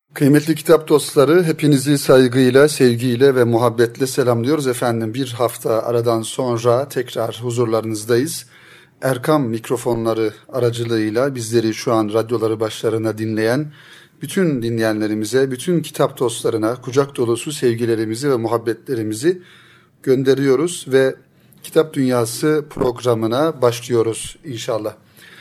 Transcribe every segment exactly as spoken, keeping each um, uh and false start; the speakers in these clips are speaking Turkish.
Kıymetli kitap dostları, hepinizi saygıyla, sevgiyle ve muhabbetle selamlıyoruz efendim. Bir hafta aradan sonra tekrar huzurlarınızdayız. Erkam mikrofonları aracılığıyla bizleri şu an radyoları başlarına dinleyen bütün dinleyenlerimize, bütün kitap dostlarına kucak dolusu sevgilerimizi ve muhabbetlerimizi gönderiyoruz ve Kitap Dünyası programına başlıyoruz inşallah.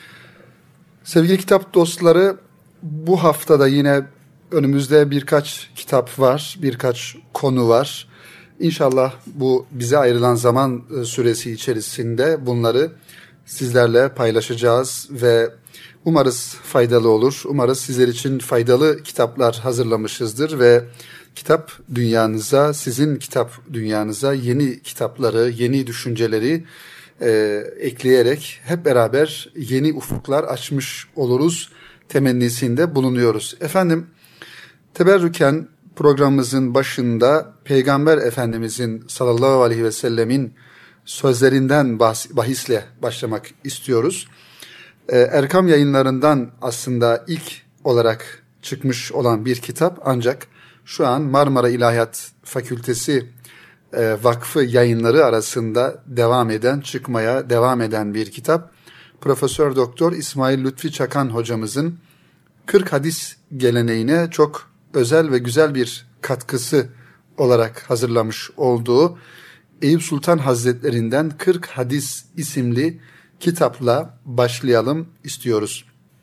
Sevgili kitap dostları, bu haftada yine önümüzde birkaç kitap var, birkaç konu var. İnşallah bu bize ayrılan zaman süresi içerisinde bunları sizlerle paylaşacağız ve umarız faydalı olur. Umarız sizler için faydalı kitaplar hazırlamışızdır ve kitap dünyanıza, sizin kitap dünyanıza yeni kitapları, yeni düşünceleri e, ekleyerek hep beraber yeni ufuklar açmış oluruz temennisinde bulunuyoruz. Efendim, teberrüken programımızın başında Peygamber Efendimizin sallallahu aleyhi ve sellemin sözlerinden bahs- bahisle başlamak istiyoruz. Ee, Erkam Yayınlarından aslında ilk olarak çıkmış olan bir kitap, ancak şu an Marmara İlahiyat Fakültesi e, Vakfı yayınları arasında devam eden, çıkmaya devam eden bir kitap. Profesör Doktor İsmail Lütfi Çakan hocamızın kırk hadis geleneğine çok özel ve güzel bir katkısı olarak hazırlamış olduğu Eyüp Sultan Hazretlerinden kırk Hadis isimli kitapla başlayalım istiyoruz.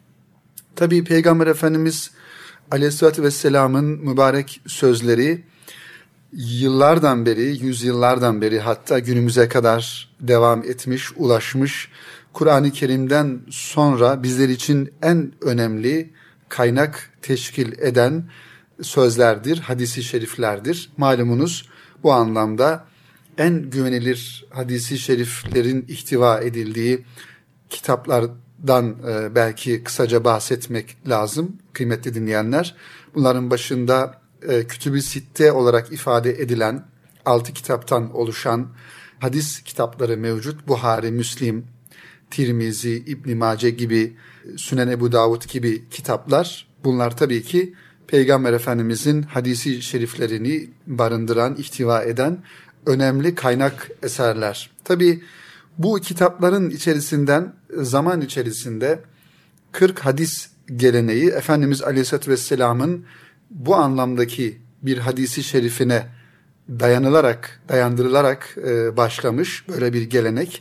Tabii Peygamber Efendimiz Aleyhisselatü Vesselam'ın mübarek sözleri yıllardan beri, yüzyıllardan beri, hatta günümüze kadar devam etmiş, ulaşmış. Kur'an-ı Kerim'den sonra bizler için en önemli kaynak teşkil eden sözlerdir, hadisi şeriflerdir. Malumunuz bu anlamda en güvenilir hadisi şeriflerin ihtiva edildiği kitaplardan e, belki kısaca bahsetmek lazım kıymetli dinleyenler. Bunların başında e, Kütüb-i Sitte olarak ifade edilen altı kitaptan oluşan hadis kitapları mevcut. Buhari, Müslim, Tirmizi, İbn-i Mace gibi, Sünen Ebu Davud gibi kitaplar. Bunlar tabii ki Peygamber Efendimizin hadisi şeriflerini barındıran, ihtiva eden önemli kaynak eserler. Tabii bu kitapların içerisinden zaman içerisinde kırk hadis geleneği Efendimiz Aleyhisselatü Vesselam'ın bu anlamdaki bir hadisi şerifine dayanılarak, dayandırılarak başlamış böyle bir gelenek.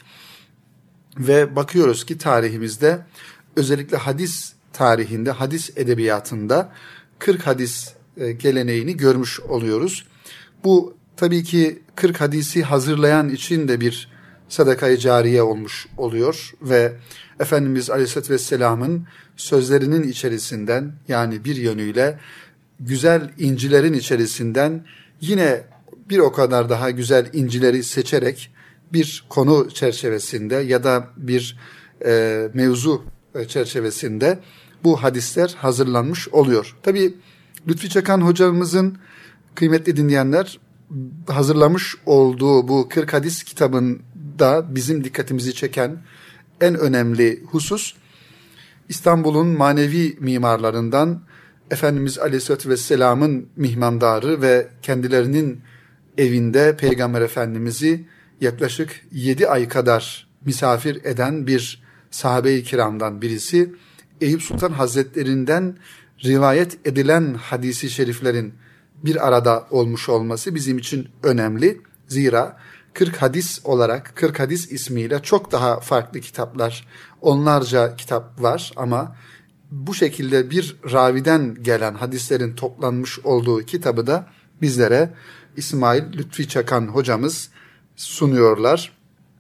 Ve bakıyoruz ki tarihimizde, özellikle hadis tarihinde, hadis edebiyatında kırk hadis geleneğini görmüş oluyoruz. Bu tabii ki kırk hadisi hazırlayan için de bir sadaka-i cariye olmuş oluyor ve Efendimiz Aleyhisselatü Vesselam'ın sözlerinin içerisinden, yani bir yönüyle güzel incilerin içerisinden yine bir o kadar daha güzel incileri seçerek bir konu çerçevesinde ya da bir e, mevzu çerçevesinde bu hadisler hazırlanmış oluyor. Tabii Lütfi Çakan hocamızın, kıymetli dinleyenler, hazırlamış olduğu bu kırk hadis kitabında bizim dikkatimizi çeken en önemli husus, İstanbul'un manevi mimarlarından Efendimiz Aleyhisselatü Vesselam'ın mihmandarı ve kendilerinin evinde Peygamber Efendimiz'i yaklaşık yedi ay kadar misafir eden bir sahabe-i kiramdan birisi, Eyüp Sultan Hazretlerinden rivayet edilen hadisi şeriflerin bir arada olmuş olması bizim için önemli. Zira kırk hadis olarak, kırk hadis ismiyle çok daha farklı kitaplar, onlarca kitap var ama bu şekilde bir raviden gelen hadislerin toplanmış olduğu kitabı da bizlere İsmail Lütfi Çakan hocamız sunuyorlar.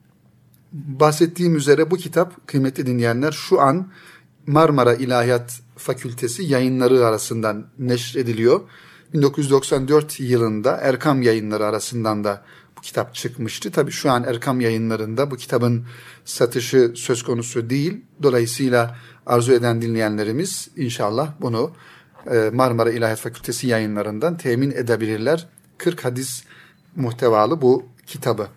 Bahsettiğim üzere bu kitap, kıymetli dinleyenler, şu an Marmara İlahiyat Fakültesi yayınları arasından neşrediliyor. bin dokuz yüz doksan dört yılında Erkam Yayınları arasından da bu kitap çıkmıştı. Tabii şu an Erkam Yayınları'nda bu kitabın satışı söz konusu değil. Dolayısıyla arzu eden dinleyenlerimiz inşallah bunu Marmara İlahiyat Fakültesi yayınlarından temin edebilirler. kırk hadis muhtevalı bu kitabı.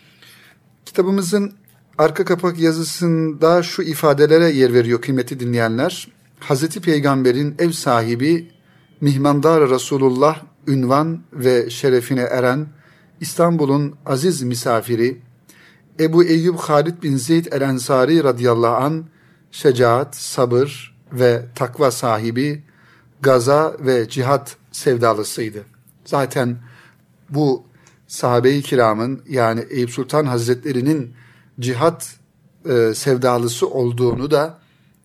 Kitabımızın arka kapak yazısında şu ifadelere yer veriyor kıymetli dinleyenler. Hazreti Peygamber'in ev sahibi Mihmandar Resulullah ünvan ve şerefine eren İstanbul'un aziz misafiri Ebu Eyyub Halid bin Zeyd el-Ensari radıyallahu an şecaat, sabır ve takva sahibi, gaza ve cihat sevdalısıydı. Zaten bu sahabe-i kiramın yani Eyüp Sultan Hazretleri'nin cihat e, sevdalısı olduğunu da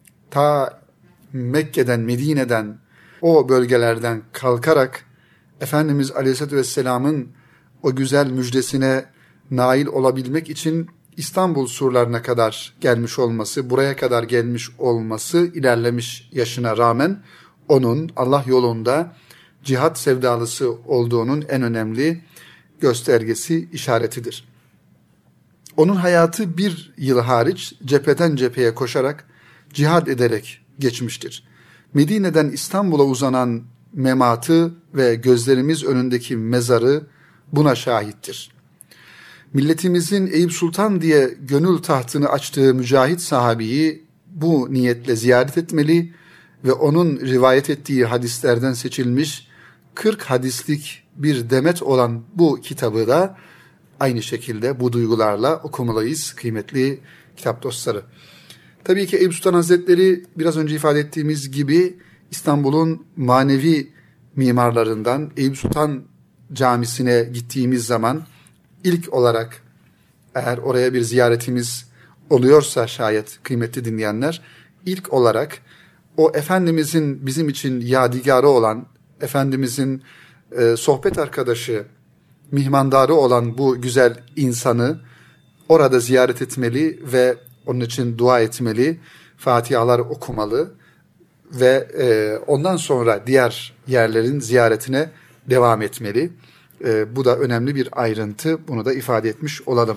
ta Mekke'den, Medine'den, o bölgelerden kalkarak Efendimiz Aleyhisselatü Vesselam'ın o güzel müjdesine nail olabilmek için İstanbul surlarına kadar gelmiş olması, buraya kadar gelmiş olması ilerlemiş yaşına rağmen onun Allah yolunda cihat sevdalısı olduğunun en önemli göstergesi, işaretidir. Onun hayatı bir yıl hariç cepheden cepheye koşarak, cihad ederek geçmiştir. Medine'den İstanbul'a uzanan mematı ve gözlerimiz önündeki mezarı buna şahittir. Milletimizin Eyüp Sultan diye gönül tahtını açtığı mücahit sahabiyi bu niyetle ziyaret etmeli ve onun rivayet ettiği hadislerden seçilmiş kırk hadislik bir demet olan bu kitabı da aynı şekilde bu duygularla okumalıyız kıymetli kitap dostları. Tabii ki Eyüp Sultan Hazretleri biraz önce ifade ettiğimiz gibi İstanbul'un manevi mimarlarından. Eyüp Sultan Camisi'ne gittiğimiz zaman ilk olarak eğer oraya bir ziyaretimiz oluyorsa şayet kıymetli dinleyenler, ilk olarak o Efendimizin bizim için yadigarı olan, Efendimizin e, sohbet arkadaşı, mihmandarı olan bu güzel insanı orada ziyaret etmeli ve onun için dua etmeli, fatihalar okumalı ve e, ondan sonra diğer yerlerin ziyaretine devam etmeli. E, bu da önemli bir ayrıntı, bunu da ifade etmiş olalım.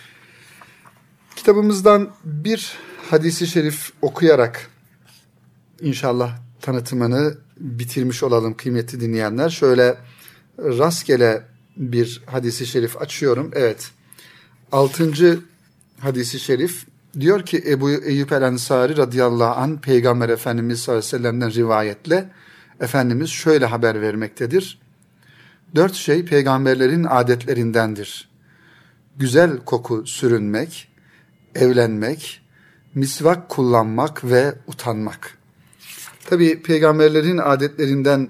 Kitabımızdan bir hadisi şerif okuyarak inşallah tanıtımını bitirmiş olalım kıymetli dinleyenler. Şöyle rastgele bir hadisi şerif açıyorum. Evet, altıncı hadisi şerif diyor ki Ebu Eyyub el-Ensari radıyallahu anh Peygamber Efendimiz sallallahu aleyhi ve sellem'den rivayetle Efendimiz şöyle haber vermektedir. Dört şey peygamberlerin adetlerindendir. Güzel koku sürünmek, evlenmek, misvak kullanmak ve utanmak. Tabii peygamberlerin adetlerinden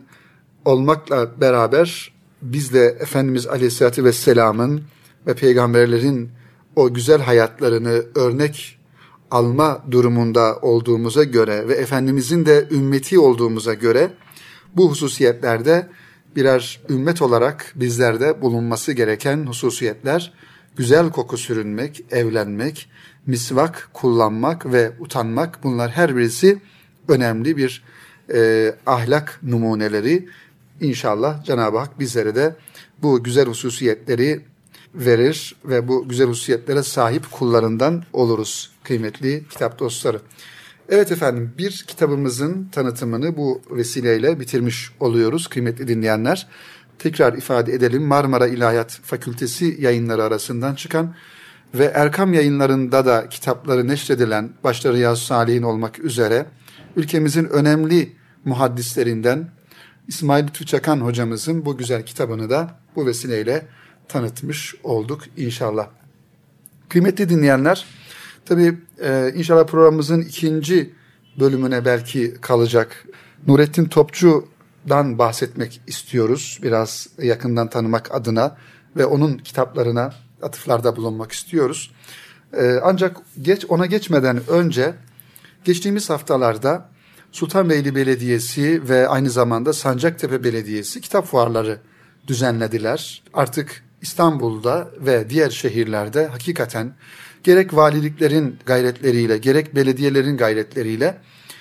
olmakla beraber biz de Efendimiz Aleyhisselatü Vesselam'ın ve peygamberlerin o güzel hayatlarını örnek alma durumunda olduğumuza göre ve Efendimizin de ümmeti olduğumuza göre bu hususiyetlerde birer ümmet olarak bizlerde bulunması gereken hususiyetler güzel koku sürünmek, evlenmek, misvak kullanmak ve utanmak, bunlar her birisi önemli bir e, ahlak numuneleri. İnşallah Cenab-ı Hak bizlere de bu güzel hususiyetleri verir ve bu güzel hususiyetlere sahip kullarından oluruz kıymetli kitap dostları. Evet efendim, bir kitabımızın tanıtımını bu vesileyle bitirmiş oluyoruz kıymetli dinleyenler. Tekrar ifade edelim, Marmara İlahiyat Fakültesi yayınları arasından çıkan ve Erkam Yayınları'nda da kitapları neşredilen, başta Riyazu Salihin olmak üzere ülkemizin önemli muhaddislerinden İsmail Lütfü Çakan hocamızın bu güzel kitabını da bu vesileyle tanıtmış olduk inşallah. Kıymetli dinleyenler, tabii e, inşallah programımızın ikinci bölümüne belki kalacak Nurettin Topçu'dan bahsetmek istiyoruz. Biraz yakından tanımak adına ve onun kitaplarına atıflarda bulunmak istiyoruz. E, ancak geç ona geçmeden önce geçtiğimiz haftalarda Sultanbeyli Belediyesi ve aynı zamanda Sancaktepe Belediyesi kitap fuarları düzenlediler. Artık İstanbul'da ve diğer şehirlerde hakikaten gerek valiliklerin gayretleriyle, gerek belediyelerin gayretleriyle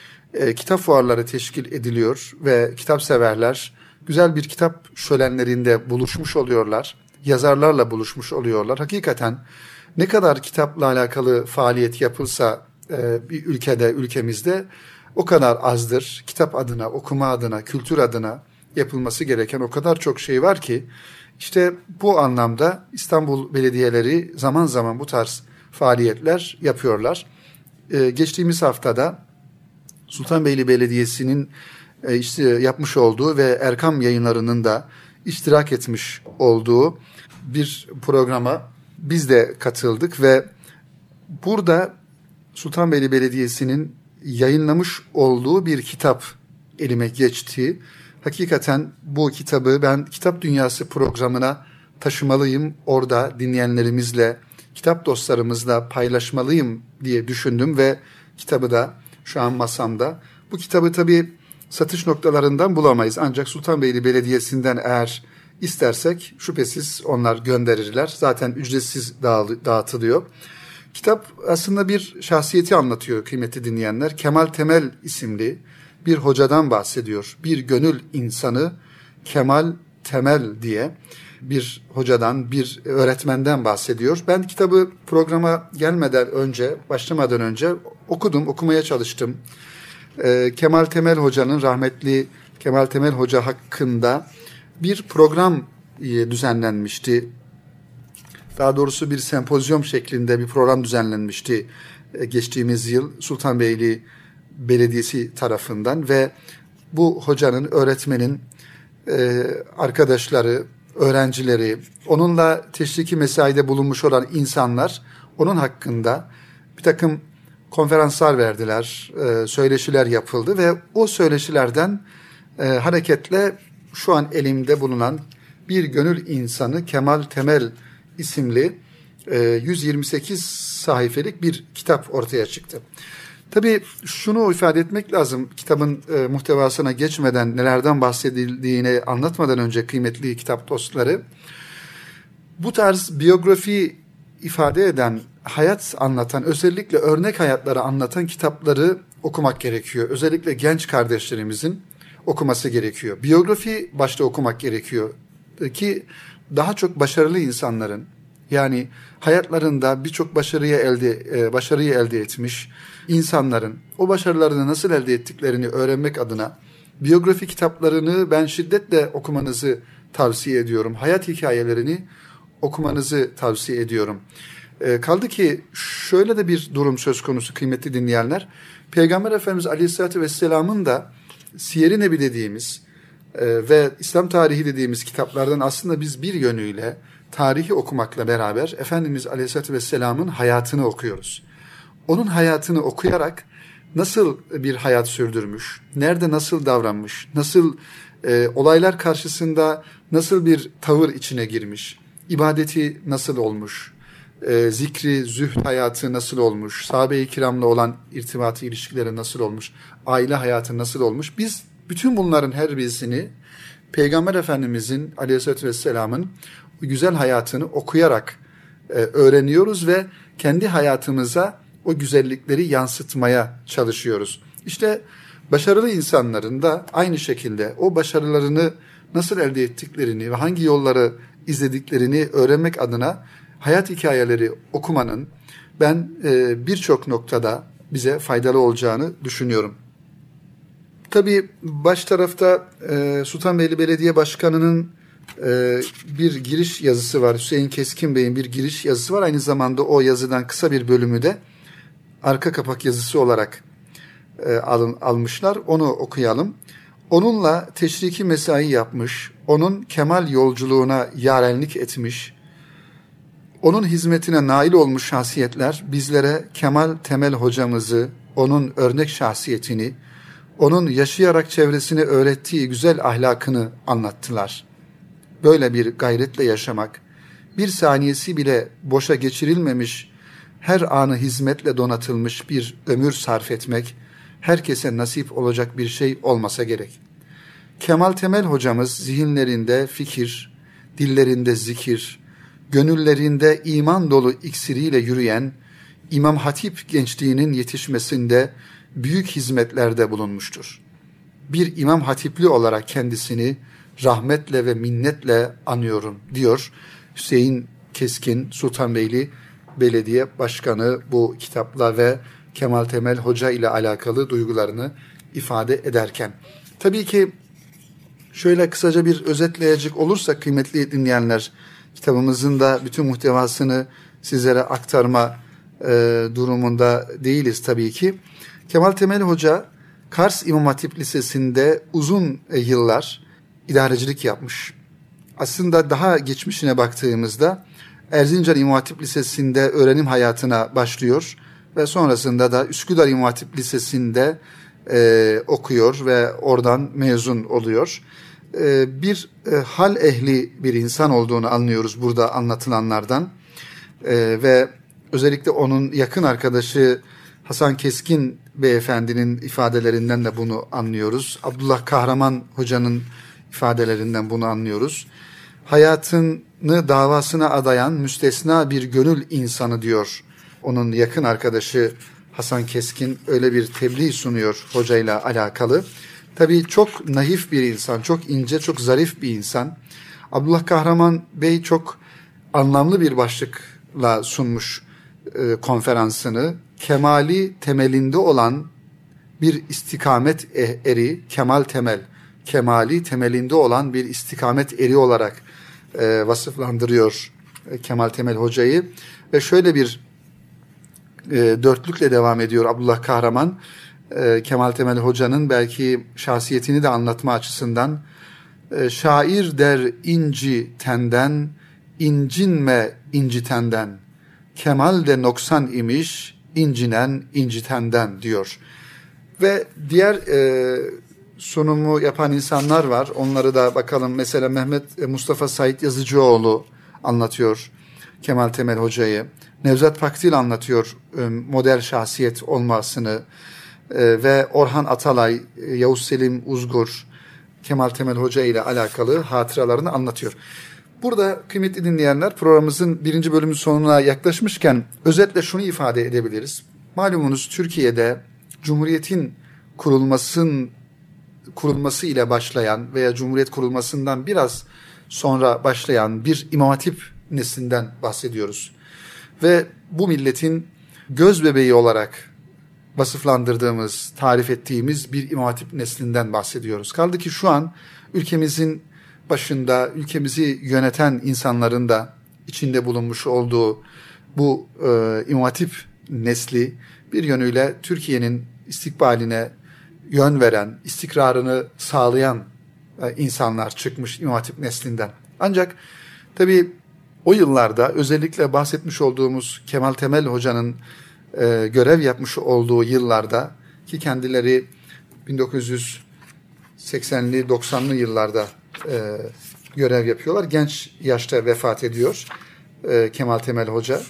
e, kitap fuarları teşkil ediliyor ve kitap severler güzel bir kitap şölenlerinde buluşmuş oluyorlar. Yazarlarla buluşmuş oluyorlar. Hakikaten ne kadar kitapla alakalı faaliyet yapılsa e, bir ülkede, ülkemizde o kadar azdır. Kitap adına, okuma adına, kültür adına yapılması gereken o kadar çok şey var ki işte bu anlamda İstanbul belediyeleri zaman zaman bu tarz faaliyetler yapıyorlar. Ee, geçtiğimiz haftada Sultanbeyli Belediyesi'nin e, işte yapmış olduğu ve Erkam Yayınları'nın da iştirak etmiş olduğu bir programa biz de katıldık ve burada Sultanbeyli Belediyesi'nin yayınlamış olduğu bir kitap elime geçti. Hakikaten bu kitabı ben Kitap Dünyası programına taşımalıyım, orada dinleyenlerimizle, kitap dostlarımızla paylaşmalıyım diye düşündüm ve kitabı da şu an masamda. Bu kitabı tabii satış noktalarından bulamayız, ancak Sultanbeyli Belediyesi'nden eğer istersek şüphesiz onlar gönderirler. Zaten ücretsiz dağıtılıyor. Kitap aslında bir şahsiyeti anlatıyor kıymetli dinleyenler. Kemal Temel isimli bir hocadan bahsediyor. Bir gönül insanı Kemal Temel diye bir hocadan, bir öğretmenden bahsediyor. Ben kitabı programa gelmeden önce, başlamadan önce okudum, okumaya çalıştım. Ee, Kemal Temel Hoca'nın, rahmetli Kemal Temel Hoca hakkında bir program düzenlenmişti. Daha doğrusu bir sempozyum şeklinde bir program düzenlenmişti geçtiğimiz yıl Sultanbeyli Belediyesi tarafından ve bu hocanın, öğretmenin e, arkadaşları, öğrencileri, onunla teşriki mesaide bulunmuş olan insanlar onun hakkında bir takım konferanslar verdiler, e, söyleşiler yapıldı ve o söyleşilerden e, hareketle şu an elimde bulunan Bir Gönül İnsanı Kemal Temel isimli e, yüz yirmi sekiz sayfelik bir kitap ortaya çıktı. Tabii şunu ifade etmek lazım, kitabın e, muhtevasına geçmeden, nelerden bahsedildiğini anlatmadan önce kıymetli kitap dostları, bu tarz biyografi ifade eden, hayat anlatan, özellikle örnek hayatları anlatan kitapları okumak gerekiyor. Özellikle genç kardeşlerimizin okuması gerekiyor. Biyografi başta okumak gerekiyor ki daha çok başarılı insanların, yani hayatlarında birçok başarıyı elde başarıyı elde etmiş insanların o başarılarını nasıl elde ettiklerini öğrenmek adına biyografi kitaplarını ben şiddetle okumanızı tavsiye ediyorum. Hayat hikayelerini okumanızı tavsiye ediyorum. E, kaldı ki şöyle de bir durum söz konusu kıymetli dinleyenler. Peygamber Efendimiz Aleyhisselatü Vesselam'ın da Siyer-i Nebi dediğimiz e, ve İslam tarihi dediğimiz kitaplardan aslında biz bir yönüyle tarihi okumakla beraber Efendimiz Aleyhisselatü Vesselam'ın hayatını okuyoruz. Onun hayatını okuyarak nasıl bir hayat sürdürmüş, nerede nasıl davranmış, nasıl e, olaylar karşısında nasıl bir tavır içine girmiş, ibadeti nasıl olmuş, e, zikri, zühd hayatı nasıl olmuş, sahabe-i kiramla olan irtibatı, ilişkileri nasıl olmuş, aile hayatı nasıl olmuş. Biz bütün bunların her birisini Peygamber Efendimizin Aleyhisselatü Vesselam'ın güzel hayatını okuyarak e, öğreniyoruz ve kendi hayatımıza o güzellikleri yansıtmaya çalışıyoruz. İşte başarılı insanların da aynı şekilde o başarılarını nasıl elde ettiklerini ve hangi yolları izlediklerini öğrenmek adına hayat hikayeleri okumanın ben e, birçok noktada bize faydalı olacağını düşünüyorum. Tabii baş tarafta e, Sultanbeyli Belediye Başkanı'nın e, bir giriş yazısı var. Hüseyin Keskin Bey'in bir giriş yazısı var. Aynı zamanda o yazıdan kısa bir bölümü de arka kapak yazısı olarak e, alın, almışlar. Onu okuyalım. Onunla teşriki mesai yapmış, onun kemal yolculuğuna yarenlik etmiş, onun hizmetine nail olmuş şahsiyetler bizlere Kemal Temel hocamızı, onun örnek şahsiyetini, onun yaşayarak çevresine öğrettiği güzel ahlakını anlattılar. Böyle bir gayretle yaşamak, bir saniyesi bile boşa geçirilmemiş, her anı hizmetle donatılmış bir ömür sarf etmek, herkese nasip olacak bir şey olmasa gerek. Kemal Temel hocamız zihinlerinde fikir, dillerinde zikir, gönüllerinde iman dolu iksiriyle yürüyen İmam Hatip gençliğinin yetişmesinde büyük hizmetlerde bulunmuştur. Bir İmam Hatipli olarak kendisini rahmetle ve minnetle anıyorum diyor Hüseyin Keskin, Sultanbeyli Belediye Başkanı bu kitapla ve Kemal Temel Hoca ile alakalı duygularını ifade ederken. Tabii ki şöyle kısaca bir özetleyecek olursak kıymetli dinleyenler, kitabımızın da bütün muhtevasını sizlere aktarma e, durumunda değiliz tabii ki. Kemal Temel Hoca Kars İmam Hatip Lisesi'nde uzun yıllar idarecilik yapmış. Aslında daha geçmişine baktığımızda Erzincan İmam Hatip Lisesi'nde öğrenim hayatına başlıyor ve sonrasında da Üsküdar İmam Hatip Lisesi'nde e, okuyor ve oradan mezun oluyor. E, bir e, hal ehli bir insan olduğunu anlıyoruz burada anlatılanlardan e, ve özellikle onun yakın arkadaşı Hasan Keskin beyefendinin ifadelerinden de bunu anlıyoruz. Abdullah Kahraman hocanın ifadelerinden bunu anlıyoruz. Hayatını davasına adayan müstesna bir gönül insanı diyor onun yakın arkadaşı Hasan Keskin, öyle bir tebliğ sunuyor hocayla alakalı. Tabii çok naif bir insan, çok ince, çok zarif bir insan. Abdullah Kahraman Bey çok anlamlı bir başlıkla sunmuş e, konferansını. Kemali temelinde olan bir istikamet eri, kemal temel, kemali temelinde olan bir istikamet eri olarak e, vasıflandırıyor e, Kemal Temel Hoca'yı. Ve şöyle bir e, dörtlükle devam ediyor Abdullah Kahraman. E, Kemal Temel Hoca'nın belki şahsiyetini de anlatma açısından e, şair der inci tenden, incinme incitenden, kemal de noksan imiş, incinen incitenden diyor. Ve diğer e, sunumu yapan insanlar var. Onları da bakalım. Mesela Mehmet Mustafa Said Yazıcıoğlu anlatıyor Kemal Temel Hoca'yı. Nevzat Pakdil anlatıyor e, model şahsiyet olmasını. E, ve Orhan Atalay, e, Yavuz Selim Uzgur, Kemal Temel Hoca ile alakalı hatıralarını anlatıyor. Burada kıymetli dinleyenler, programımızın birinci bölümün sonuna yaklaşmışken özetle şunu ifade edebiliriz. Malumunuz Türkiye'de Cumhuriyet'in kurulmasının kurulması ile başlayan veya Cumhuriyet kurulmasından biraz sonra başlayan bir İmam Hatip neslinden bahsediyoruz. Ve bu milletin göz bebeği olarak vasıflandırdığımız, tarif ettiğimiz bir İmam Hatip neslinden bahsediyoruz. Kaldı ki şu an ülkemizin başında, ülkemizi yöneten insanların da içinde bulunmuş olduğu bu e, İmam Hatip nesli bir yönüyle Türkiye'nin istikbaline yön veren, istikrarını sağlayan e, insanlar çıkmış İmam Hatip neslinden. Ancak tabii o yıllarda özellikle bahsetmiş olduğumuz Kemal Temel Hoca'nın e, görev yapmış olduğu yıllarda ki kendileri bin dokuz yüz seksenli doksanlı yıllarda e, görev yapıyorlar. Genç yaşta vefat ediyor e, Kemal Temel Hoca.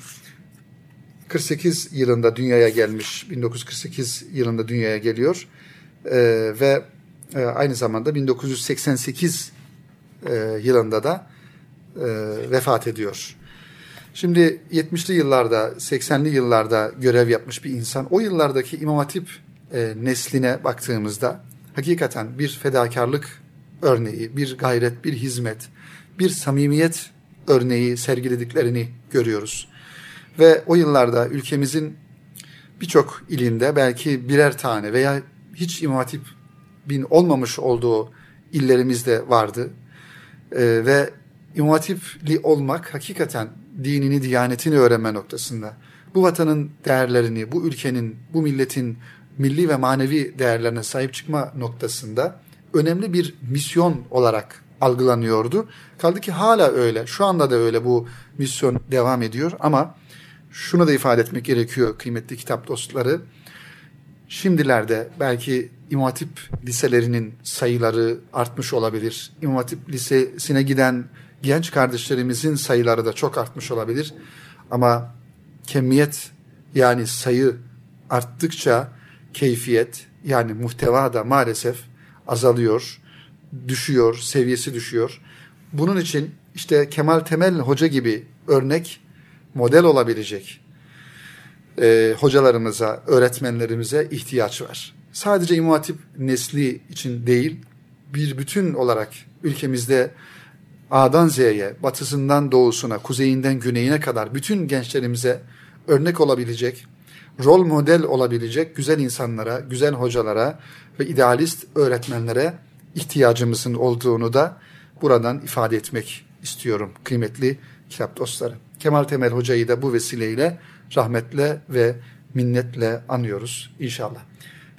kırk sekiz yılında dünyaya gelmiş, bin dokuz yüz kırk sekiz yılında dünyaya geliyor e, ve e, aynı zamanda bin dokuz yüz seksen sekiz e, yılında da e, vefat ediyor. Şimdi yetmişli yıllarda, seksenli yıllarda görev yapmış bir insan. O yıllardaki İmam Hatip e, nesline baktığımızda hakikaten bir fedakarlık örneği, bir gayret, bir hizmet, bir samimiyet örneği sergilediklerini görüyoruz. Ve o yıllarda ülkemizin birçok ilinde belki birer tane veya hiç İmam Hatip'in olmamış olduğu illerimizde vardı. Ee, ve İmam Hatipli olmak hakikaten dinini, diyanetini öğrenme noktasında, bu vatanın değerlerini, bu ülkenin, bu milletin milli ve manevi değerlerine sahip çıkma noktasında önemli bir misyon olarak algılanıyordu. Kaldı ki hala öyle, şu anda da öyle, bu misyon devam ediyor ama şunu da ifade etmek gerekiyor kıymetli kitap dostları. Şimdilerde belki İmam Hatip liselerinin sayıları artmış olabilir. İmam Hatip lisesine giden genç kardeşlerimizin sayıları da çok artmış olabilir. Ama kemiyet yani sayı arttıkça keyfiyet yani muhteva da maalesef azalıyor, düşüyor, seviyesi düşüyor. Bunun için işte Kemal Temel Hoca gibi örnek, model olabilecek e, hocalarımıza, öğretmenlerimize ihtiyaç var. Sadece İmam Hatip nesli için değil, bir bütün olarak ülkemizde A'dan Z'ye, batısından doğusuna, kuzeyinden güneyine kadar bütün gençlerimize örnek olabilecek, rol model olabilecek güzel insanlara, güzel hocalara ve idealist öğretmenlere ihtiyacımızın olduğunu da buradan ifade etmek istiyorum kıymetli kitap dostları. Kemal Temel Hoca'yı da bu vesileyle rahmetle ve minnetle anıyoruz inşallah.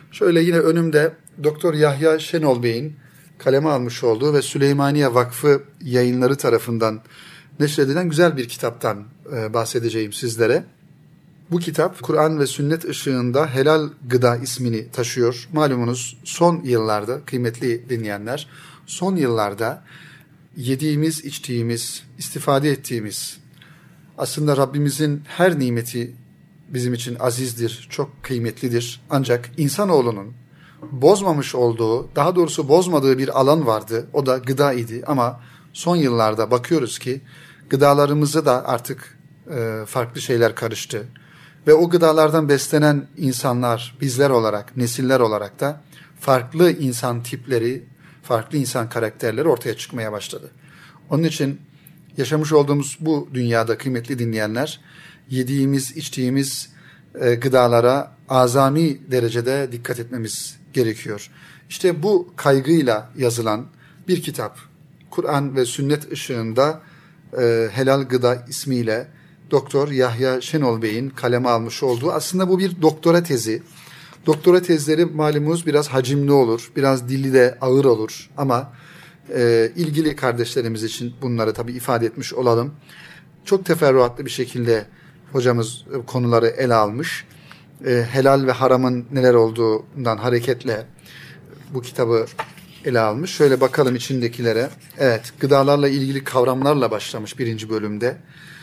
Şöyle yine önümde Doktor Yahya Şenol Bey'in kaleme almış olduğu ve Süleymaniye Vakfı Yayınları tarafından neşredilen güzel bir kitaptan bahsedeceğim sizlere. Bu kitap Kur'an ve sünnet ışığında helal gıda ismini taşıyor. Malumunuz son yıllarda kıymetli dinleyenler, son yıllarda yediğimiz, içtiğimiz, istifade ettiğimiz, aslında Rabbimizin her nimeti bizim için azizdir, çok kıymetlidir. Ancak insanoğlunun bozmamış olduğu, daha doğrusu bozmadığı bir alan vardı. O da gıda idi ama son yıllarda bakıyoruz ki gıdalarımızı da artık e, farklı şeyler karıştı. Ve o gıdalardan beslenen insanlar, bizler olarak, nesiller olarak da farklı insan tipleri, farklı insan karakterleri ortaya çıkmaya başladı. Onun için yaşamış olduğumuz bu dünyada kıymetli dinleyenler, yediğimiz, içtiğimiz e, gıdalara azami derecede dikkat etmemiz gerekiyor. İşte bu kaygıyla yazılan bir kitap, Kur'an ve sünnet ışığında e, helal gıda ismiyle Doktor Yahya Şenol Bey'in kaleme almış olduğu, aslında bu bir doktora tezi. Doktora tezleri malumunuz biraz hacimli olur, biraz dili de ağır olur ama e, ilgili kardeşlerimiz için bunları tabii ifade etmiş olalım. Çok teferruatlı bir şekilde hocamız konuları ele almış. E, helal ve haramın neler olduğundan hareketle bu kitabı ele almış. Şöyle bakalım içindekilere. Evet, gıdalarla ilgili kavramlarla başlamış birinci bölümde.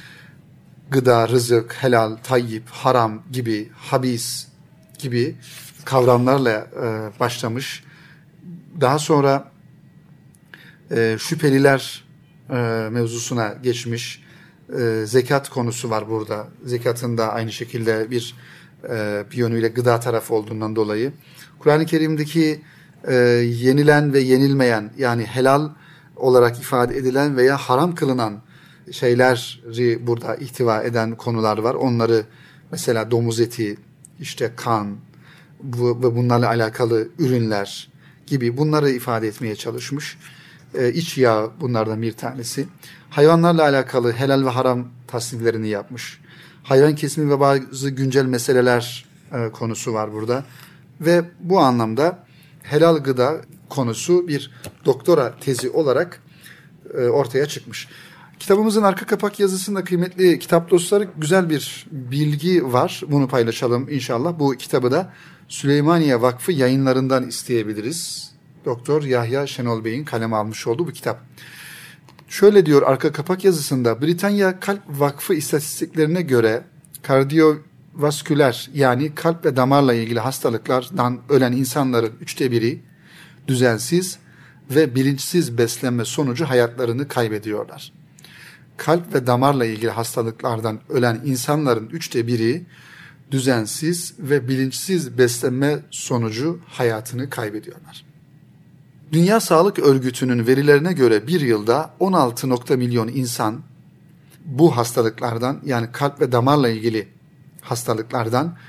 Gıda, rızık, helal, tayyip, haram gibi, habis gibi kavramlarla e, başlamış. Daha sonra e, şüpheliler e, mevzusuna geçmiş. E, zekat konusu var burada. Zekatın da aynı şekilde bir, e, bir yönüyle gıda tarafı olduğundan dolayı. Kur'an-ı Kerim'deki e, yenilen ve yenilmeyen, yani helal olarak ifade edilen veya haram kılınan şeyleri burada ihtiva eden konular var. Onları mesela domuz eti, işte kan bu, ve bunlarla alakalı ürünler gibi bunları ifade etmeye çalışmış. Ee, iç yağ bunlardan bir tanesi. Hayvanlarla alakalı helal ve haram tasniflerini yapmış. Hayvan kesimi ve bazı güncel meseleler e, konusu var burada. Ve bu anlamda helal gıda konusu bir doktora tezi olarak e, ortaya çıkmış. Kitabımızın arka kapak yazısında kıymetli kitap dostları güzel bir bilgi var. Bunu paylaşalım inşallah. Bu kitabı da Süleymaniye Vakfı Yayınlarından isteyebiliriz. Doktor Yahya Şenol Bey'in kaleme almış olduğu bu kitap. Şöyle diyor arka kapak yazısında: Britanya Kalp Vakfı istatistiklerine göre kardiyovasküler, yani kalp ve damarla ilgili hastalıklardan ölen insanların üçte biri düzensiz ve bilinçsiz beslenme sonucu hayatlarını kaybediyorlar. Kalp ve damarla ilgili hastalıklardan ölen insanların üçte biri düzensiz ve bilinçsiz beslenme sonucu hayatını kaybediyorlar. Dünya Sağlık Örgütü'nün verilerine göre bir yılda on altı nokta milyon insan bu hastalıklardan, yani kalp ve damarla ilgili hastalıklardan,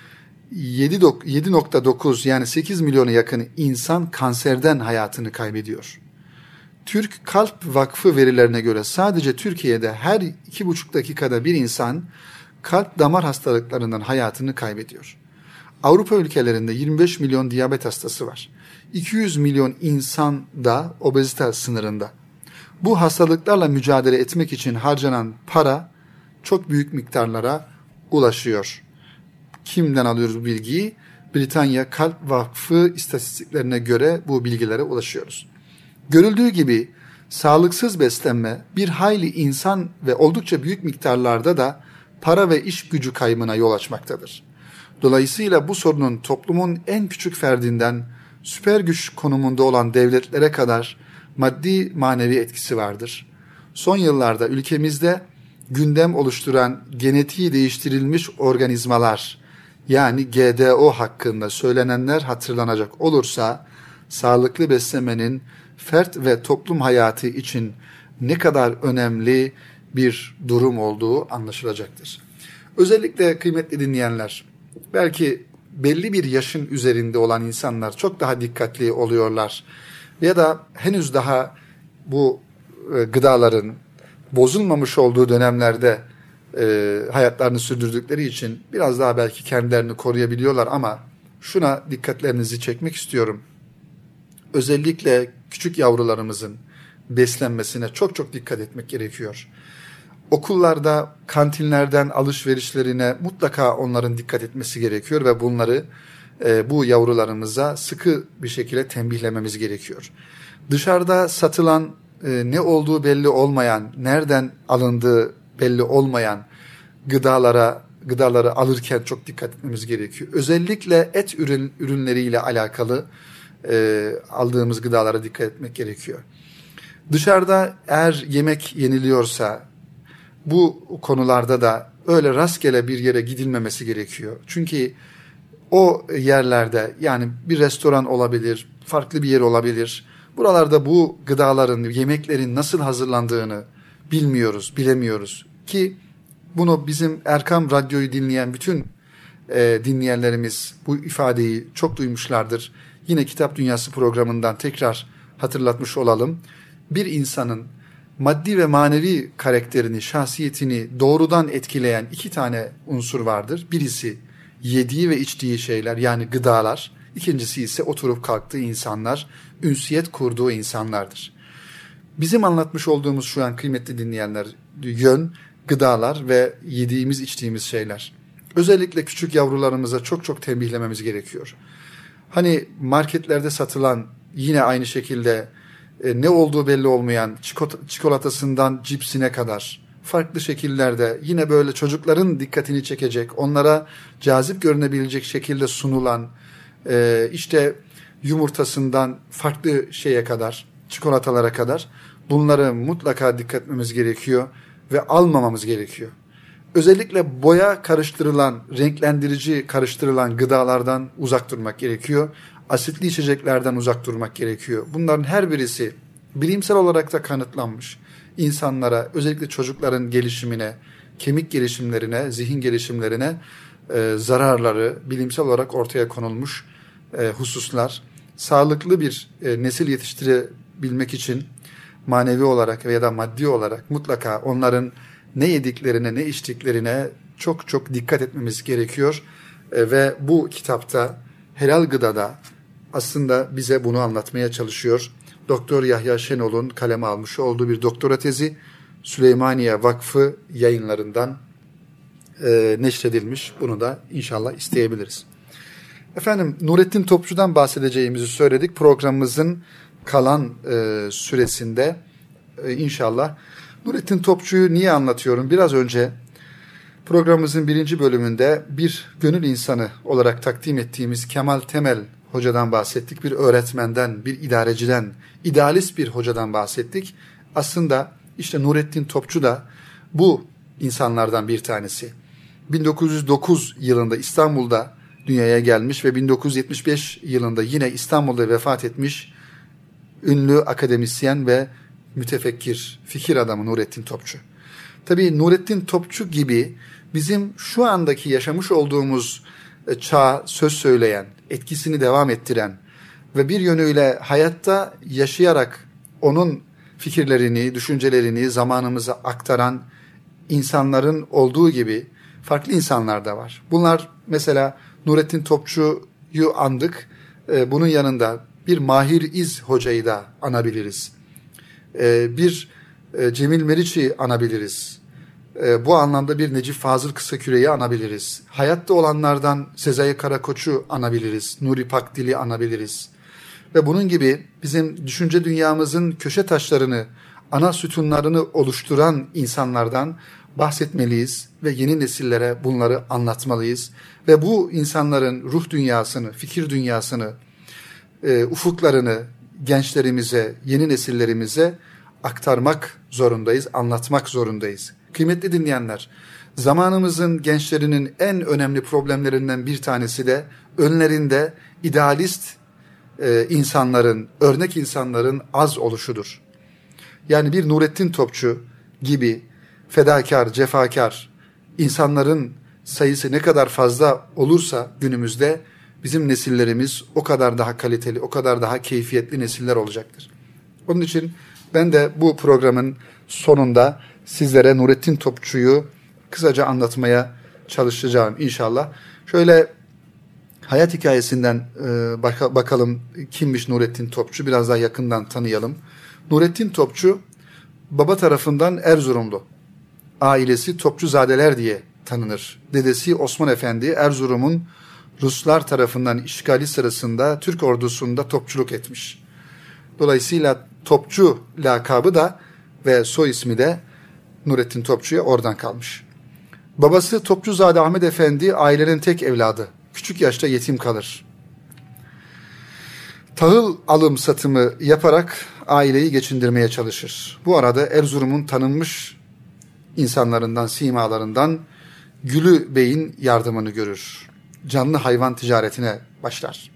yedi nokta dokuz yani sekiz milyona yakın insan kanserden hayatını kaybediyor. Türk Kalp Vakfı verilerine göre sadece Türkiye'de her iki buçuk dakikada bir insan kalp damar hastalıklarından hayatını kaybediyor. Avrupa ülkelerinde yirmi beş milyon diyabet hastası var. iki yüz milyon insan da obezite sınırında. Bu hastalıklarla mücadele etmek için harcanan para çok büyük miktarlara ulaşıyor. Kimden alıyoruz bu bilgiyi? Britanya Kalp Vakfı istatistiklerine göre bu bilgilere ulaşıyoruz. Görüldüğü gibi sağlıksız beslenme bir hayli insan ve oldukça büyük miktarlarda da para ve iş gücü kaybına yol açmaktadır. Dolayısıyla bu sorunun toplumun en küçük ferdinden süper güç konumunda olan devletlere kadar maddi manevi etkisi vardır. Son yıllarda ülkemizde gündem oluşturan genetiği değiştirilmiş organizmalar, yani G D O hakkında söylenenler hatırlanacak olursa sağlıklı beslenmenin fert ve toplum hayatı için ne kadar önemli bir durum olduğu anlaşılacaktır. Özellikle kıymetli dinleyenler, belki belli bir yaşın üzerinde olan insanlar çok daha dikkatli oluyorlar ya da henüz daha bu e, gıdaların bozulmamış olduğu dönemlerde e, hayatlarını sürdürdükleri için biraz daha belki kendilerini koruyabiliyorlar ama şuna dikkatlerinizi çekmek istiyorum. Özellikle küçük yavrularımızın beslenmesine çok çok dikkat etmek gerekiyor. Okullarda kantinlerden alışverişlerine mutlaka onların dikkat etmesi gerekiyor ve bunları e, bu yavrularımıza sıkı bir şekilde tembihlememiz gerekiyor. Dışarıda satılan e, ne olduğu belli olmayan, nereden alındığı belli olmayan gıdalara gıdaları alırken çok dikkat etmemiz gerekiyor. Özellikle et ürün ürünleriyle alakalı e, aldığımız gıdalara dikkat etmek gerekiyor. Dışarıda eğer yemek yeniliyorsa bu konularda da öyle rastgele bir yere gidilmemesi gerekiyor. Çünkü o yerlerde, yani bir restoran olabilir, farklı bir yer olabilir. Buralarda bu gıdaların, yemeklerin nasıl hazırlandığını bilmiyoruz, bilemiyoruz. Ki bunu bizim Erkam Radyo'yu dinleyen bütün e, dinleyenlerimiz bu ifadeyi çok duymuşlardır. Yine Kitap Dünyası programından tekrar hatırlatmış olalım. Bir insanın maddi ve manevi karakterini, şahsiyetini doğrudan etkileyen iki tane unsur vardır. Birisi yediği ve içtiği şeyler, yani gıdalar. İkincisi ise oturup kalktığı insanlar, ünsiyet kurduğu insanlardır. Bizim anlatmış olduğumuz şu an kıymetli dinleyenler, yön, gıdalar ve yediğimiz, içtiğimiz şeyler. Özellikle küçük yavrularımıza çok çok tembihlememiz gerekiyor. Hani marketlerde satılan, yine aynı şekilde e, ne olduğu belli olmayan çikolatasından cipsine kadar farklı şekillerde, yine böyle çocukların dikkatini çekecek, onlara cazip görünebilecek şekilde sunulan e, işte yumurtasından farklı şeye kadar, çikolatalara kadar bunları mutlaka dikkat etmemiz gerekiyor ve almamamız gerekiyor. Özellikle boya karıştırılan, renklendirici karıştırılan gıdalardan uzak durmak gerekiyor. Asitli içeceklerden uzak durmak gerekiyor. Bunların her birisi bilimsel olarak da kanıtlanmış. İnsanlara, özellikle çocukların gelişimine, kemik gelişimlerine, zihin gelişimlerine e, zararları bilimsel olarak ortaya konulmuş e, hususlar. Sağlıklı bir e, nesil yetiştirebilmek için manevi olarak veya da maddi olarak mutlaka onların ne yediklerine, ne içtiklerine çok çok dikkat etmemiz gerekiyor. E, ve bu kitapta Helal Gıda'da aslında bize bunu anlatmaya çalışıyor. Doktor Yahya Şenol'un kaleme almış olduğu bir doktora tezi Süleymaniye Vakfı yayınlarından e, neşredilmiş. Bunu da inşallah isteyebiliriz. Efendim, Nurettin Topçu'dan bahsedeceğimizi söyledik. Programımızın kalan e, süresinde e, inşallah. Nurettin Topçu'yu niye anlatıyorum? Biraz önce programımızın birinci bölümünde bir gönül insanı olarak takdim ettiğimiz Kemal Temel hocadan bahsettik. Bir öğretmenden, bir idareciden, idealist bir hocadan bahsettik. Aslında işte Nurettin Topçu da bu insanlardan bir tanesi. bin dokuz yüz dokuz yılında İstanbul'da dünyaya gelmiş ve bin dokuz yüz yetmiş beş yılında yine İstanbul'da vefat etmiş ünlü akademisyen ve mütefekkir, fikir adamı Nurettin Topçu. Tabii Nurettin Topçu gibi bizim şu andaki yaşamış olduğumuz çağa söz söyleyen, etkisini devam ettiren ve bir yönüyle hayatta yaşayarak onun fikirlerini, düşüncelerini zamanımıza aktaran insanların olduğu gibi farklı insanlar da var. Bunlar mesela Nurettin Topçu'yu andık. Bunun yanında bir Mahir İz Hoca'yı da anabiliriz. Bir Cemil Meriç'i anabiliriz. Bu anlamda bir Necip Fazıl Kısaküre'yi anabiliriz. Hayatta olanlardan Sezai Karakoç'u anabiliriz. Nuri Pakdil'i anabiliriz. Ve bunun gibi bizim düşünce dünyamızın köşe taşlarını, ana sütunlarını oluşturan insanlardan bahsetmeliyiz ve yeni nesillere bunları anlatmalıyız. Ve bu insanların ruh dünyasını, fikir dünyasını, e, ufuklarını gençlerimize, yeni nesillerimize aktarmak zorundayız, anlatmak zorundayız. Kıymetli dinleyenler, zamanımızın gençlerinin en önemli problemlerinden bir tanesi de önlerinde idealist e, insanların, örnek insanların az oluşudur. Yani bir Nurettin Topçu gibi fedakar, cefakar insanların sayısı ne kadar fazla olursa günümüzde bizim nesillerimiz o kadar daha kaliteli, o kadar daha keyfiyetli nesiller olacaktır. Onun için ben de bu programın sonunda sizlere Nurettin Topçu'yu kısaca anlatmaya çalışacağım inşallah. Şöyle Hayat hikayesinden e, baka, bakalım kimmiş Nurettin Topçu, biraz daha yakından tanıyalım. Nurettin Topçu baba tarafından Erzurumlu. Ailesi Topçuzadeler diye tanınır. Dedesi Osman Efendi Erzurum'un Ruslar tarafından işgali sırasında Türk ordusunda topçuluk etmiş. Dolayısıyla Topçu lakabı da ve soy ismi de Nurettin Topçu'ya oradan kalmış. Babası Topçuzade Ahmet Efendi ailenin tek evladı. Küçük yaşta yetim kalır. Tahıl alım satımı yaparak aileyi geçindirmeye çalışır. Bu arada Erzurum'un tanınmış insanlarından, simalarından Gülü Bey'in yardımını görür. Canlı hayvan ticaretine başlar.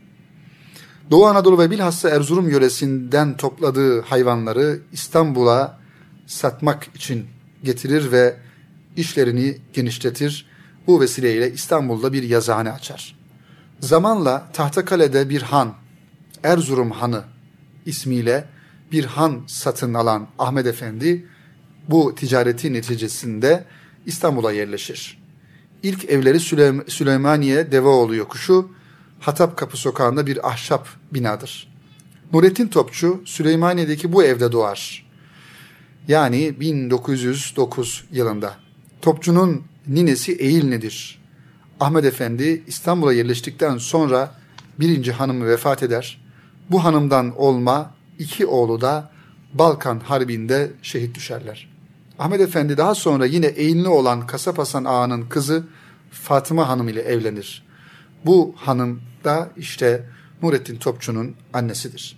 Doğu Anadolu ve bilhassa Erzurum yöresinden topladığı hayvanları İstanbul'a satmak için getirir ve işlerini genişletir. Bu vesileyle İstanbul'da bir yazıhane açar. Zamanla Tahtakale'de bir han, Erzurum Hanı ismiyle bir han satın alan Ahmet Efendi bu ticareti neticesinde İstanbul'a yerleşir. İlk evleri Süleym- Süleymaniye Deveoğlu yokuşu, Hatapkapı sokağında bir ahşap binadır. Nurettin Topçu Süleymaniye'deki bu evde doğar. Yani bin dokuz yüz dokuz yılında. Topçu'nun ninesi Eğilni'dir. Ahmet Efendi İstanbul'a yerleştikten sonra birinci hanımı vefat eder. Bu hanımdan olma iki oğlu da Balkan Harbi'nde şehit düşerler. Ahmet Efendi daha sonra yine Eğilni olan Kasap Hasan Ağa'nın kızı Fatıma Hanım ile evlenir. Bu hanım da işte Nurettin Topçu'nun annesidir.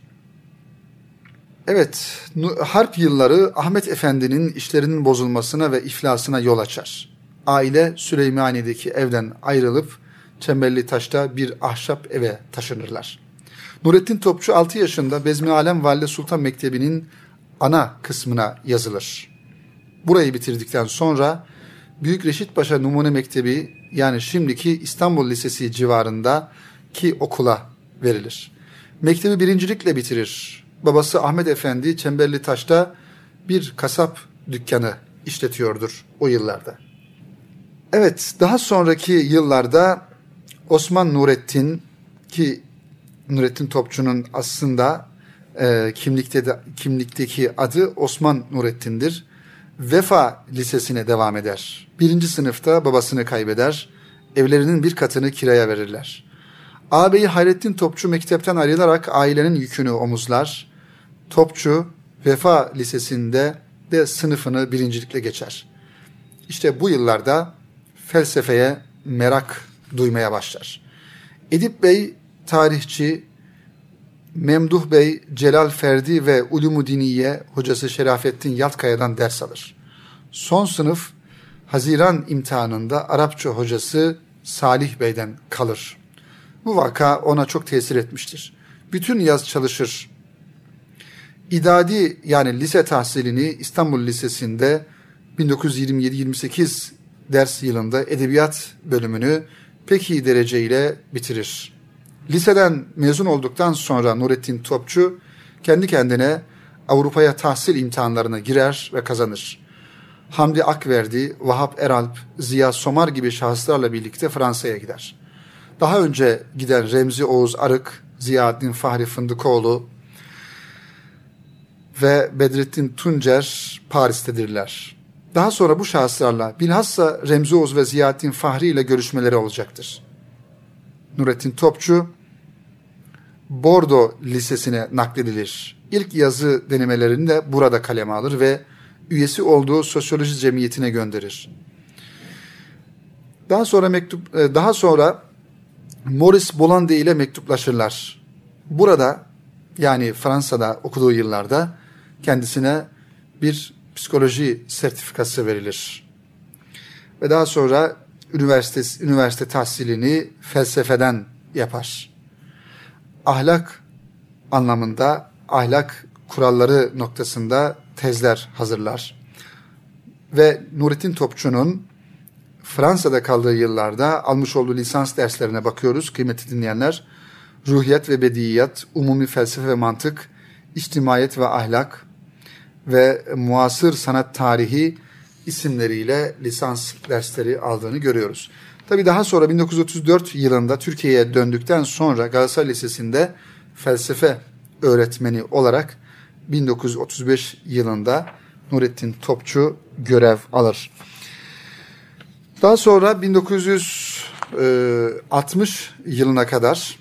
Evet, harp yılları Ahmet Efendi'nin işlerinin bozulmasına ve iflasına yol açar. Aile Süleymaniye'deki evden ayrılıp Çemberlitaş'ta bir ahşap eve taşınırlar. Nurettin Topçu altı yaşında Bezmi Alem Valide Sultan Mektebi'nin ana kısmına yazılır. Burayı bitirdikten sonra Büyük Reşit Paşa Numune Mektebi, yani şimdiki İstanbul Lisesi civarındaki okula verilir. Mektebi birincilikle bitirir. Babası Ahmet Efendi Çemberlitaş'ta bir kasap dükkanı işletiyordur o yıllarda. Evet, daha sonraki yıllarda Osman Nurettin, ki Nurettin Topçu'nun aslında e, kimlikte de, kimlikteki adı Osman Nurettin'dir. Vefa Lisesi'ne devam eder. Birinci sınıfta babasını kaybeder. Evlerinin bir katını kiraya verirler. Ağabeyi Hayrettin Topçu mektepten ayrılarak ailenin yükünü omuzlar. Topçu Vefa Lisesi'nde de sınıfını birincilikle geçer. İşte bu yıllarda felsefeye merak duymaya başlar. Edip Bey tarihçi, Memduh Bey Celal Ferdi ve Ulûm-u Diniye hocası Şerafettin Yatkaya'dan ders alır. Son sınıf Haziran imtihanında Arapça hocası Salih Bey'den kalır. Bu vaka ona çok tesir etmiştir. Bütün yaz çalışır. İdadi yani lise tahsilini İstanbul Lisesi'nde bin dokuz yüz yirmi yedi yirmi sekiz ders yılında edebiyat bölümünü pek iyi dereceyle bitirir. Liseden mezun olduktan sonra Nurettin Topçu kendi kendine Avrupa'ya tahsil imtihanlarına girer ve kazanır. Hamdi Akverdi, Vahap Eralp, Ziya Somar gibi şahıslarla birlikte Fransa'ya gider. Daha önce giden Remzi Oğuz Arık, Ziyaettin Fahri Fındıkoğlu ve Bedrettin Tuncer Paris'tedirler. Daha sonra bu şahıslarla bilhassa Remzi Oğuz ve Ziyaettin Fahri ile görüşmeleri olacaktır. Nurettin Topçu Bordo Lisesi'ne nakledilir. İlk yazı denemelerini de burada kaleme alır ve üyesi olduğu sosyoloji cemiyetine gönderir. Daha sonra mektup daha sonra Maurice Bollandé ile mektuplaşırlar. Burada, yani Fransa'da okuduğu yıllarda kendisine bir psikoloji sertifikası verilir. Ve daha sonra üniversite üniversite tahsilini felsefeden yapar. Ahlak anlamında, ahlak kuralları noktasında tezler hazırlar. Ve Nurettin Topçu'nun Fransa'da kaldığı yıllarda almış olduğu lisans derslerine bakıyoruz kıymetli dinleyenler. Ruhiyat ve Bediyat, Umumi Felsefe ve Mantık, İçtimaiyet ve Ahlak ve Muasır Sanat Tarihi isimleriyle lisans dersleri aldığını görüyoruz. Tabii daha sonra bin dokuz yüz otuz dört yılında Türkiye'ye döndükten sonra Galatasaray Lisesi'nde felsefe öğretmeni olarak bin dokuz yüz otuz beş yılında Nurettin Topçu görev alır. Daha sonra bin dokuz yüz altmış yılına kadar,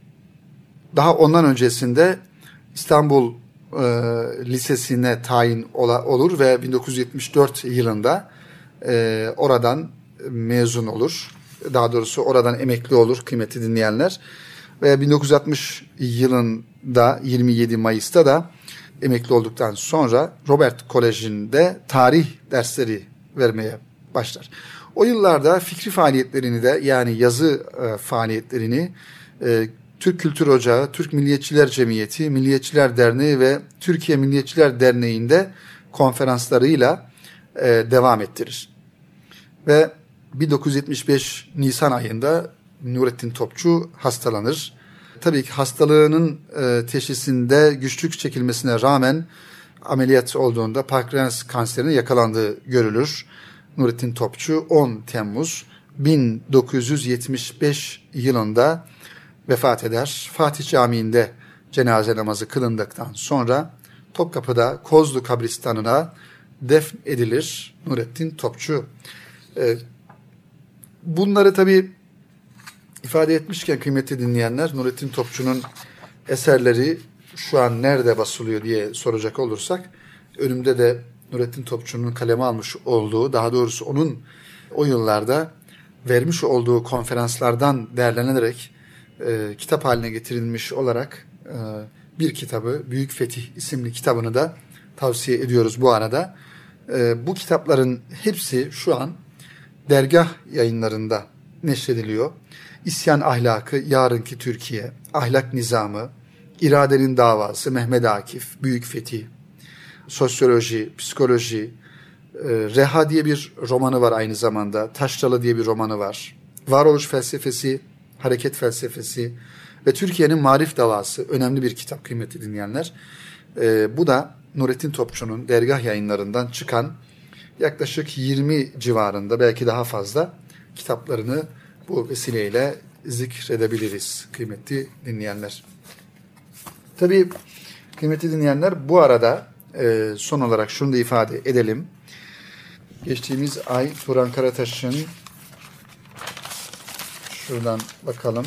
daha ondan öncesinde İstanbul e, Lisesi'ne tayin ola, olur ve bin dokuz yüz yetmiş dört yılında e, oradan mezun olur. Daha doğrusu oradan emekli olur kıymetli dinleyenler. Ve bin dokuz yüz altmış yılında yirmi yedi Mayıs'ta da emekli olduktan sonra Robert Koleji'nde tarih dersleri vermeye başlar. O yıllarda fikri faaliyetlerini de, yani yazı e, faaliyetlerini e, Türk Kültür Ocağı, Türk Milliyetçiler Cemiyeti, Milliyetçiler Derneği ve Türkiye Milliyetçiler Derneği'nde konferanslarıyla e, devam ettirir. Ve bin dokuz yüz yetmiş beş Nisan ayında Nurettin Topçu hastalanır. Tabii ki hastalığının e, teşhisinde güçlük çekilmesine rağmen ameliyat olduğunda pankreas kanserine yakalandığı görülür. Nurettin Topçu on Temmuz bin dokuz yüz yetmiş beş yılında vefat eder. Fatih Camii'nde cenaze namazı kılındıktan sonra Topkapı'da Kozlu kabristanına defn edilir Nurettin Topçu. Ee, bunları tabii ifade etmişken kıymetli dinleyenler, Nurettin Topçu'nun eserleri şu an nerede basılıyor diye soracak olursak, önümde de Nurettin Topçu'nun kaleme almış olduğu, daha doğrusu onun o yıllarda vermiş olduğu konferanslardan değerlenerek e, kitap haline getirilmiş olarak e, bir kitabı, Büyük Fetih isimli kitabını da tavsiye ediyoruz bu arada. E, bu kitapların hepsi şu an dergah yayınlarında neşrediliyor. İsyan Ahlakı, Yarınki Türkiye, Ahlak Nizamı, İradenin Davası, Mehmet Akif, Büyük Fetih, Sosyoloji, Psikoloji, e, Reha diye bir romanı var aynı zamanda, Taşralı diye bir romanı var. Varoluş Felsefesi, Hareket Felsefesi ve Türkiye'nin Marif Davası, önemli bir kitap kıymetli dinleyenler. E, bu da Nurettin Topçu'nun dergah yayınlarından çıkan yaklaşık yirmi civarında, belki daha fazla kitaplarını bu vesileyle zikredebiliriz kıymetli dinleyenler. Tabii kıymetli dinleyenler, bu arada e, son olarak şunu da ifade edelim. Geçtiğimiz ay Turan Karataş'ın, şuradan bakalım,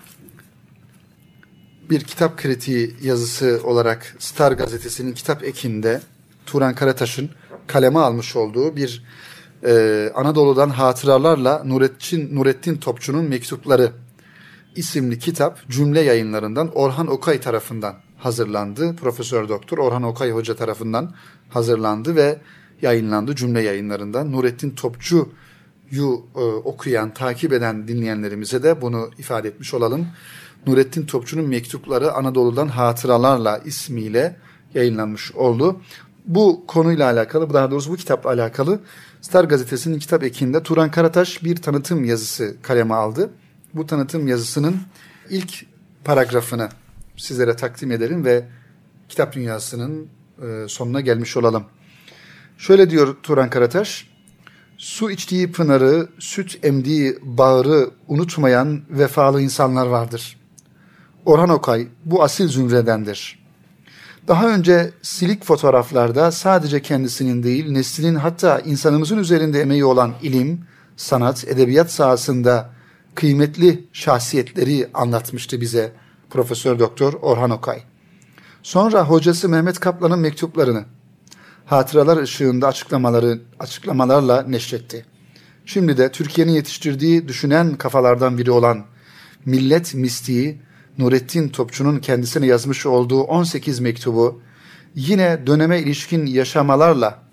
bir kitap kritiği yazısı olarak Star Gazetesi'nin kitap ekinde Turan Karataş'ın kaleme almış olduğu bir e, Anadolu'dan hatıralarla Nurettin, Nurettin Topçu'nun mektupları isimli kitap Cümle Yayınlarından Orhan Okay tarafından hazırlandı. Profesör Doktor Orhan Okay Hoca tarafından hazırlandı ve yayınlandı Cümle Yayınlarından. Nurettin Topçu'yu e, okuyan, takip eden dinleyenlerimize de bunu ifade etmiş olalım. Nurettin Topçu'nun mektupları Anadolu'dan hatıralarla ismiyle yayınlanmış oldu. Bu konuyla alakalı, daha doğrusu bu kitapla alakalı Star Gazetesi'nin kitap ekinde Turan Karataş bir tanıtım yazısı kaleme aldı. Bu tanıtım yazısının ilk paragrafını sizlere takdim edelim ve kitap dünyasının sonuna gelmiş olalım. Şöyle diyor Turan Karataş: su içtiği pınarı, süt emdiği bağrı unutmayan vefalı insanlar vardır. Orhan Okay bu asil zümredendir. Daha önce silik fotoğraflarda sadece kendisinin değil, neslinin, hatta insanımızın üzerinde emeği olan ilim, sanat, edebiyat sahasında kıymetli şahsiyetleri anlatmıştı bize Profesör Doktor Orhan Okay. Sonra hocası Mehmet Kaplan'ın mektuplarını hatıralar ışığında açıklamaları açıklamalarla neşretti. Şimdi de Türkiye'nin yetiştirdiği düşünen kafalardan biri olan millet mistiği Nurettin Topçu'nun kendisine yazmış olduğu on sekiz mektubu yine döneme ilişkin yaşamalarla,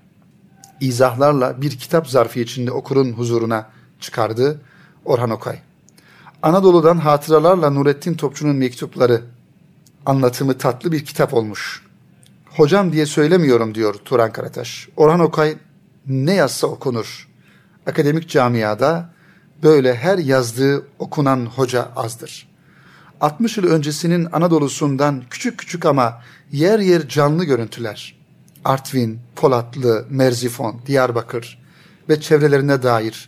izahlarla bir kitap zarfı içinde okurun huzuruna çıkardı Orhan Okay. Anadolu'dan hatıralarla Nurettin Topçu'nun mektupları anlatımı tatlı bir kitap olmuş. Hocam diye söylemiyorum diyor Turan Karataş. Orhan Okay ne yazsa okunur. Akademik camiada böyle her yazdığı okunan hoca azdır. altmış yıl öncesinin Anadolu'sundan küçük küçük ama yer yer canlı görüntüler, Artvin, Polatlı, Merzifon, Diyarbakır ve çevrelerine dair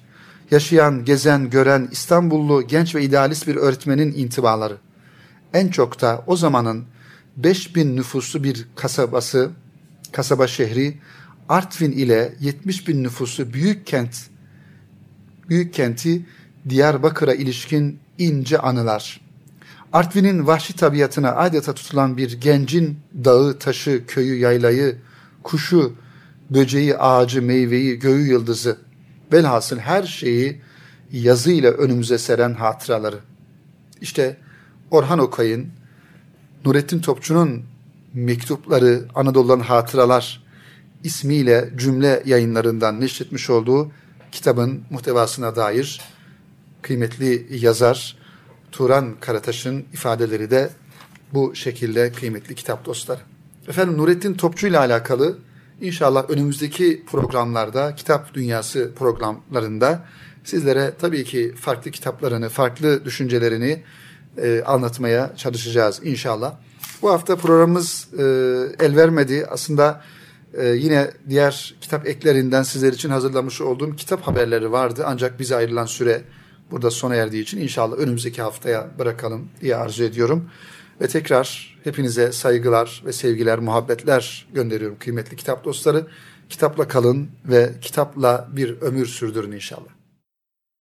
yaşayan, gezen, gören İstanbullu genç ve idealist bir öğretmenin intibaları. En çok da o zamanın beş bin nüfuslu bir kasabası, kasaba şehri Artvin ile yetmiş bin nüfuslu büyük kent, büyük kenti Diyarbakır'a ilişkin ince anılar. Artvin'in vahşi tabiatına adeta tutulan bir gencin dağı, taşı, köyü, yaylayı, kuşu, böceği, ağacı, meyveyi, göğü, yıldızı, velhasıl her şeyi yazıyla önümüze seren hatıraları. İşte Orhan Okay'ın, Nurettin Topçu'nun mektupları, Anadolu'dan hatıralar ismiyle Cümle Yayınlarından neşretmiş olduğu kitabın muhtevasına dair kıymetli yazar Turan Karataş'ın ifadeleri de bu şekilde kıymetli kitap dostları. Efendim Nurettin Topçu ile alakalı inşallah önümüzdeki programlarda, Kitap Dünyası programlarında sizlere tabii ki farklı kitaplarını, farklı düşüncelerini e, anlatmaya çalışacağız inşallah. Bu hafta programımız e, el vermedi. Aslında e, yine diğer kitap eklerinden sizler için hazırlamış olduğum kitap haberleri vardı. Ancak bize ayrılan süre burada sona erdiği için inşallah önümüzdeki haftaya bırakalım diye arzu ediyorum. Ve tekrar hepinize saygılar ve sevgiler, muhabbetler gönderiyorum kıymetli kitap dostları. Kitapla kalın ve kitapla bir ömür sürdürün inşallah.